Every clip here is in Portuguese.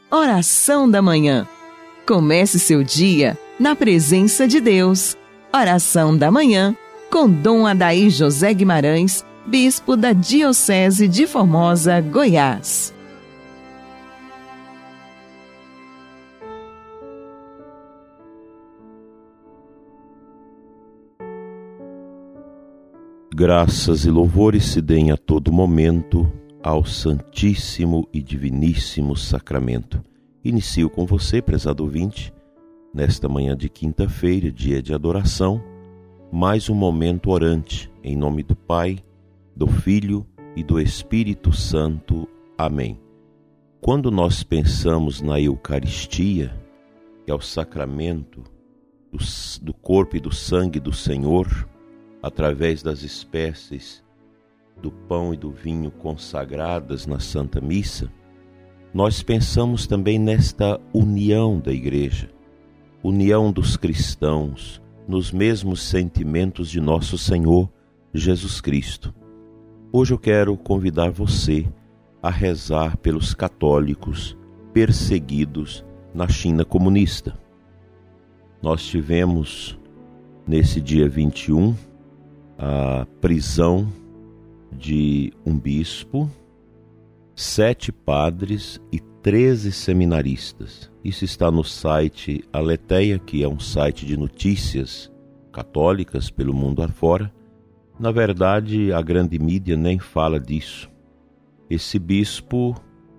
Oração da Manhã. Comece seu dia na presença de Deus. Oração da Manhã com Dom Adair José Guimarães, Bispo da Diocese de Formosa, Goiás. Graças e louvores se deem a todo momento ao Santíssimo e Diviníssimo Sacramento. Inicio com você, prezado ouvinte, nesta manhã de quinta-feira, dia de adoração, mais um momento orante, em nome do Pai, do Filho e do Espírito Santo. Amém. Quando nós pensamos na Eucaristia, que é o sacramento do corpo e do sangue do Senhor, através das espécies do pão e do vinho consagradas na Santa Missa, nós pensamos também nesta união da Igreja, união dos cristãos, nos mesmos sentimentos de nosso Senhor Jesus Cristo. Hoje eu quero convidar você a rezar pelos católicos perseguidos na China comunista. Nós tivemos, nesse dia 21, a prisão de um bispo, 7 padres e 13 seminaristas. Isso está no site Aleteia, que é um site de notícias católicas pelo mundo afora. Na verdade, a grande mídia nem fala disso. Esse bispo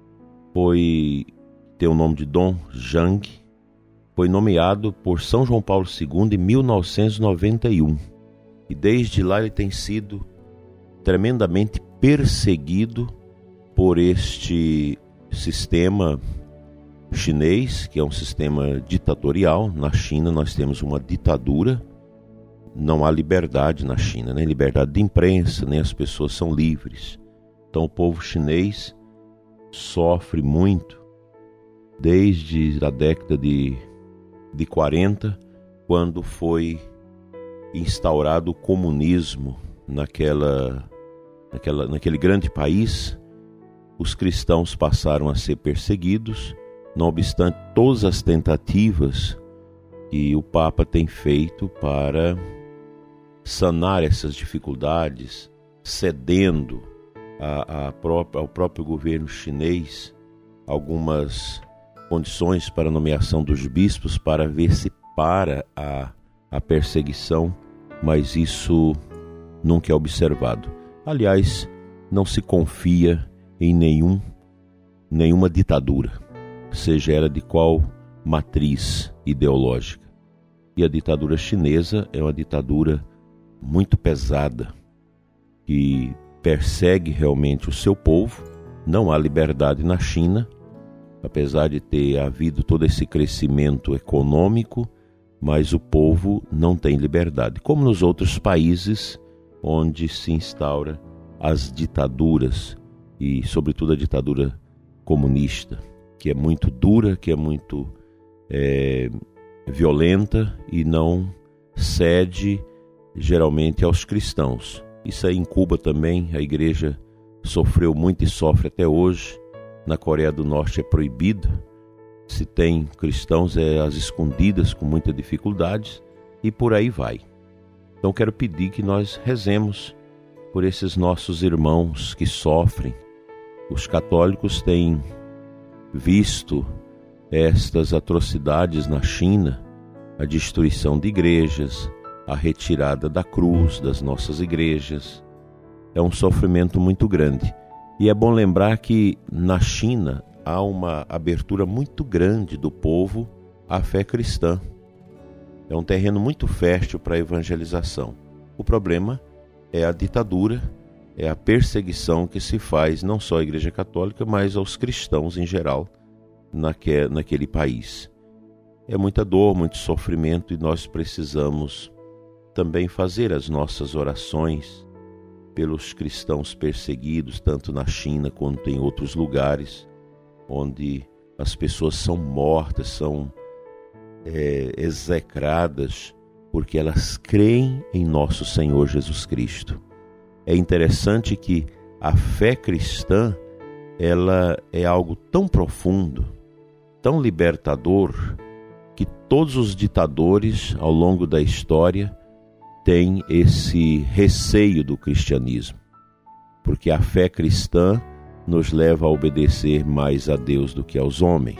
tem o nome de Dom Zhang, foi nomeado por São João Paulo II em 1991. E desde lá ele tem sido tremendamente perseguido por este sistema chinês, que é um sistema ditatorial. Na China nós temos uma ditadura, não há liberdade na China, nem liberdade de imprensa, nem as pessoas são livres. Então o povo chinês sofre muito desde a década de 40, quando foi instaurado o comunismo naquele grande país. Os cristãos passaram a ser perseguidos, não obstante todas as tentativas que o Papa tem feito para sanar essas dificuldades, cedendo ao próprio governo chinês algumas condições para a nomeação dos bispos, para ver se para a perseguição, mas isso nunca é observado. Aliás, não se confia em nenhuma ditadura, seja ela de qual matriz ideológica. E a ditadura chinesa é uma ditadura muito pesada, que persegue realmente o seu povo. Não há liberdade na China, apesar de ter havido todo esse crescimento econômico, mas o povo não tem liberdade, como nos outros países onde se instaura as ditaduras, e sobretudo a ditadura comunista, que é muito dura, que é muito violenta e não cede geralmente aos cristãos. Isso aí em Cuba também, a igreja sofreu muito e sofre até hoje. Na Coreia do Norte é proibido, se tem cristãos às escondidas com muita dificuldade, e por aí vai. Então quero pedir que nós rezemos por esses nossos irmãos que sofrem. Os católicos têm visto estas atrocidades na China, a destruição de igrejas, a retirada da cruz das nossas igrejas. É um sofrimento muito grande. E é bom lembrar que na China há uma abertura muito grande do povo à fé cristã. É um terreno muito fértil para a evangelização. O problema é a ditadura, é a perseguição que se faz não só à Igreja Católica, mas aos cristãos em geral naquele país. É muita dor, muito sofrimento, e nós precisamos também fazer as nossas orações pelos cristãos perseguidos, tanto na China quanto em outros lugares, onde as pessoas são mortas, são execradas, porque elas creem em nosso Senhor Jesus Cristo. É interessante que a fé cristã, ela é algo tão profundo tão libertador que todos os ditadores ao longo da história têm esse receio do cristianismo, porque a fé cristã nos leva a obedecer mais a Deus do que aos homens.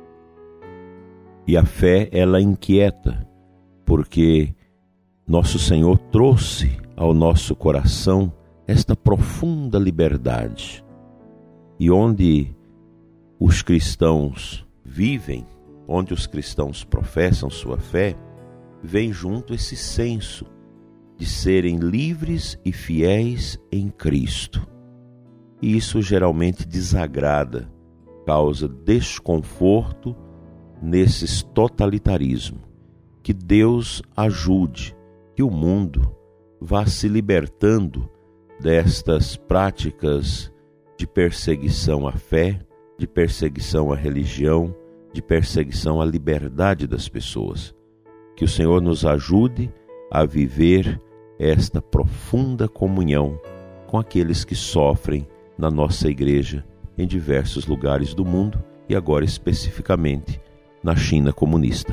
E a fé, ela inquieta, porque nosso Senhor trouxe ao nosso coração esta profunda liberdade. E onde os cristãos vivem, onde os cristãos professam sua fé, vem junto esse senso de serem livres e fiéis em Cristo. E isso geralmente desagrada, causa desconforto nesses totalitarismos. Que Deus ajude que o mundo vá se libertando destas práticas de perseguição à fé, de perseguição à religião, de perseguição à liberdade das pessoas. Que o Senhor nos ajude a viver esta profunda comunhão com aqueles que sofrem na nossa igreja em diversos lugares do mundo e agora especificamente na China comunista.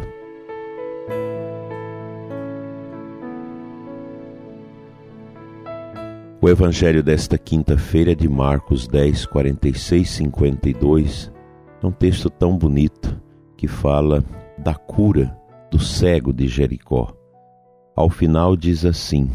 O evangelho desta quinta-feira é de Marcos 10, 46, 52. É um texto tão bonito que fala da cura do cego de Jericó. Ao final diz assim: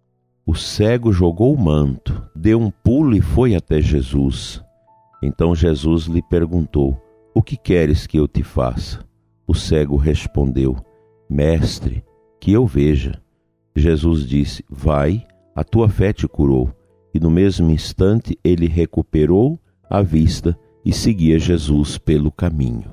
o cego jogou o manto, deu um pulo e foi até Jesus. Então Jesus lhe perguntou: o que queres que eu te faça? O cego respondeu: Mestre, que eu veja. Jesus disse: vai, a tua fé te curou. E no mesmo instante ele recuperou a vista e seguia Jesus pelo caminho.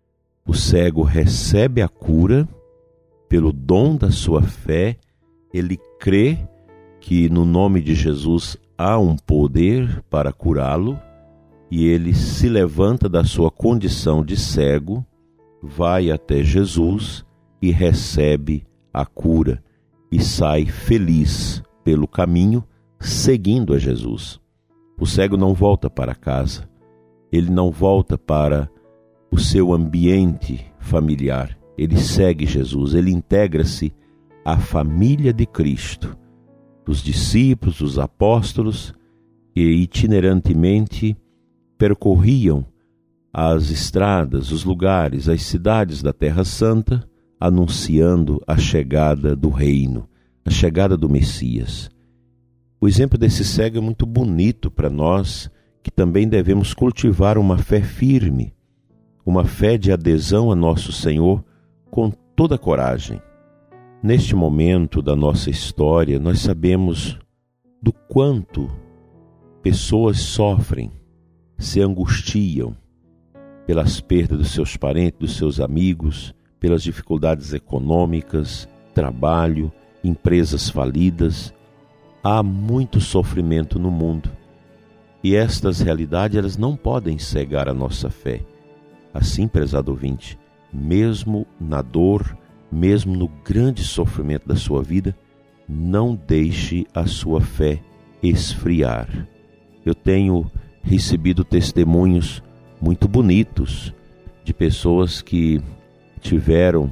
O cego recebe a cura pelo dom da sua fé, ele crê que no nome de Jesus há um poder para curá-lo e ele se levanta da sua condição de cego, vai até Jesus e recebe a cura e sai feliz pelo caminho, seguindo a Jesus. O cego não volta para casa, ele não volta para o seu ambiente familiar, ele segue Jesus, ele integra-se à família de Cristo, os discípulos, os apóstolos, que itinerantemente percorriam as estradas, os lugares, as cidades da Terra Santa, anunciando a chegada do reino, a chegada do Messias. O exemplo desse cego é muito bonito para nós, que também devemos cultivar uma fé firme, uma fé de adesão a nosso Senhor com toda coragem. Neste momento da nossa história, nós sabemos do quanto pessoas sofrem, se angustiam pelas perdas dos seus parentes, dos seus amigos, pelas dificuldades econômicas, trabalho, empresas falidas. Há muito sofrimento no mundo e estas realidades elas não podem cegar a nossa fé. Assim, prezado ouvinte, mesmo na dor, mesmo no grande sofrimento da sua vida, não deixe a sua fé esfriar. Eu tenho recebido testemunhos muito bonitos de pessoas que tiveram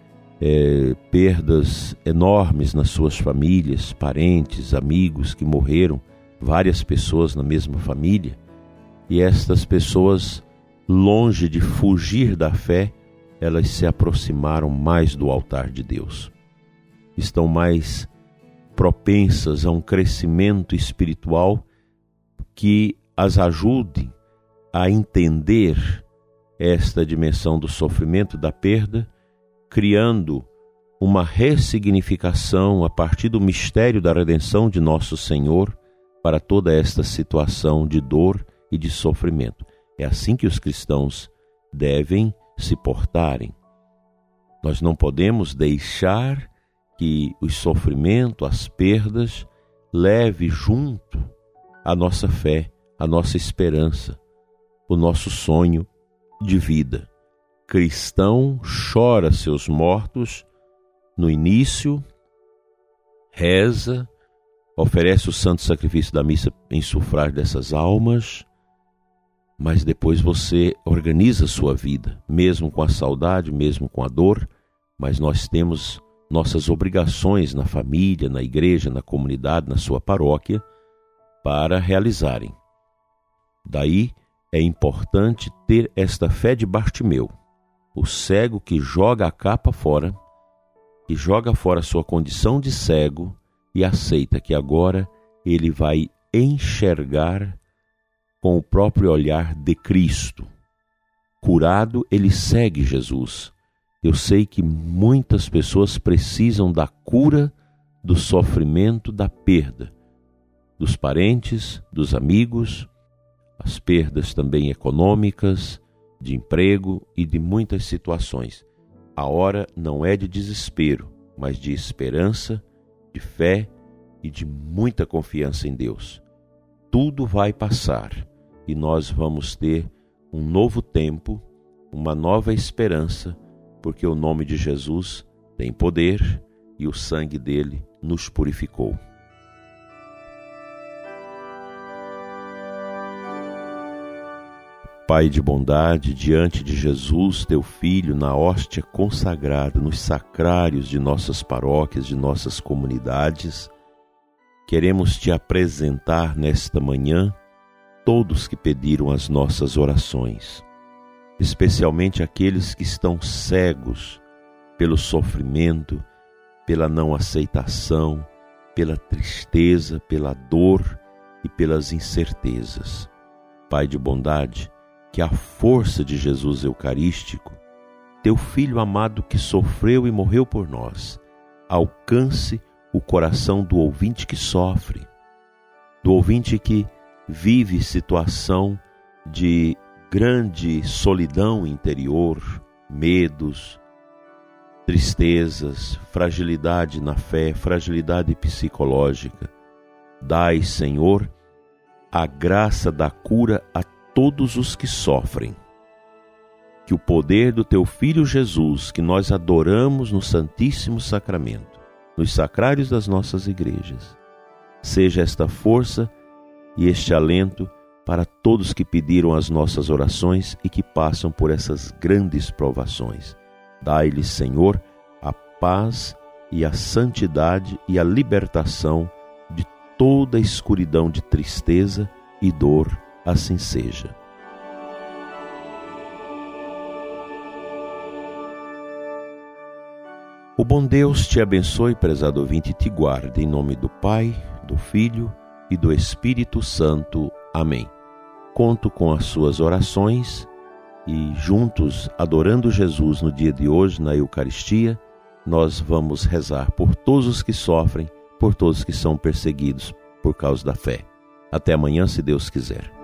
perdas enormes nas suas famílias, parentes, amigos que morreram, várias pessoas na mesma família, e estas pessoas, longe de fugir da fé, elas se aproximaram mais do altar de Deus. Estão mais propensas a um crescimento espiritual que as ajude a entender esta dimensão do sofrimento, da perda, criando uma ressignificação a partir do mistério da redenção de nosso Senhor para toda esta situação de dor e de sofrimento. É assim que os cristãos devem se portarem. Nós não podemos deixar que o sofrimento, as perdas, leve junto a nossa fé, a nossa esperança, o nosso sonho de vida. Cristão chora seus mortos no início, reza, oferece o santo sacrifício da missa em sufrágio dessas almas, mas depois você organiza a sua vida, mesmo com a saudade, mesmo com a dor, mas nós temos nossas obrigações na família, na igreja, na comunidade, na sua paróquia, para realizarem. Daí é importante ter esta fé de Bartimeu, o cego que joga a capa fora, e joga fora a sua condição de cego e aceita que agora ele vai enxergar com o próprio olhar de Cristo. Curado, ele segue Jesus. Eu sei que muitas pessoas precisam da cura do sofrimento, da perda, dos parentes, dos amigos, as perdas também econômicas, de emprego e de muitas situações. A hora não é de desespero, mas de esperança, de fé e de muita confiança em Deus. Tudo vai passar e nós vamos ter um novo tempo, uma nova esperança, porque o nome de Jesus tem poder e o sangue dele nos purificou. Pai de bondade, diante de Jesus, teu Filho, na hóstia consagrada, nos sacrários de nossas paróquias, de nossas comunidades, queremos te apresentar nesta manhã todos que pediram as nossas orações, especialmente aqueles que estão cegos pelo sofrimento, pela não aceitação, pela tristeza, pela dor e pelas incertezas. Pai de bondade, que a força de Jesus Eucarístico, teu Filho amado que sofreu e morreu por nós, alcance o coração do ouvinte que sofre, do ouvinte que vive situação de grande solidão interior, medos, tristezas, fragilidade na fé, fragilidade psicológica. Dai, Senhor, a graça da cura a todos os que sofrem. Que o poder do teu Filho Jesus, que nós adoramos no Santíssimo Sacramento, nos sacrários das nossas igrejas, seja esta força e este alento para todos que pediram as nossas orações e que passam por essas grandes provações. Dai-lhes, Senhor, a paz e a santidade e a libertação de toda a escuridão de tristeza e dor. Assim seja. O bom Deus te abençoe, prezado ouvinte, e te guarde, em nome do Pai, do Filho e do Espírito Santo. Amém. Conto com as suas orações e juntos, adorando Jesus no dia de hoje, na Eucaristia, nós vamos rezar por todos os que sofrem, por todos que são perseguidos por causa da fé. Até amanhã, se Deus quiser.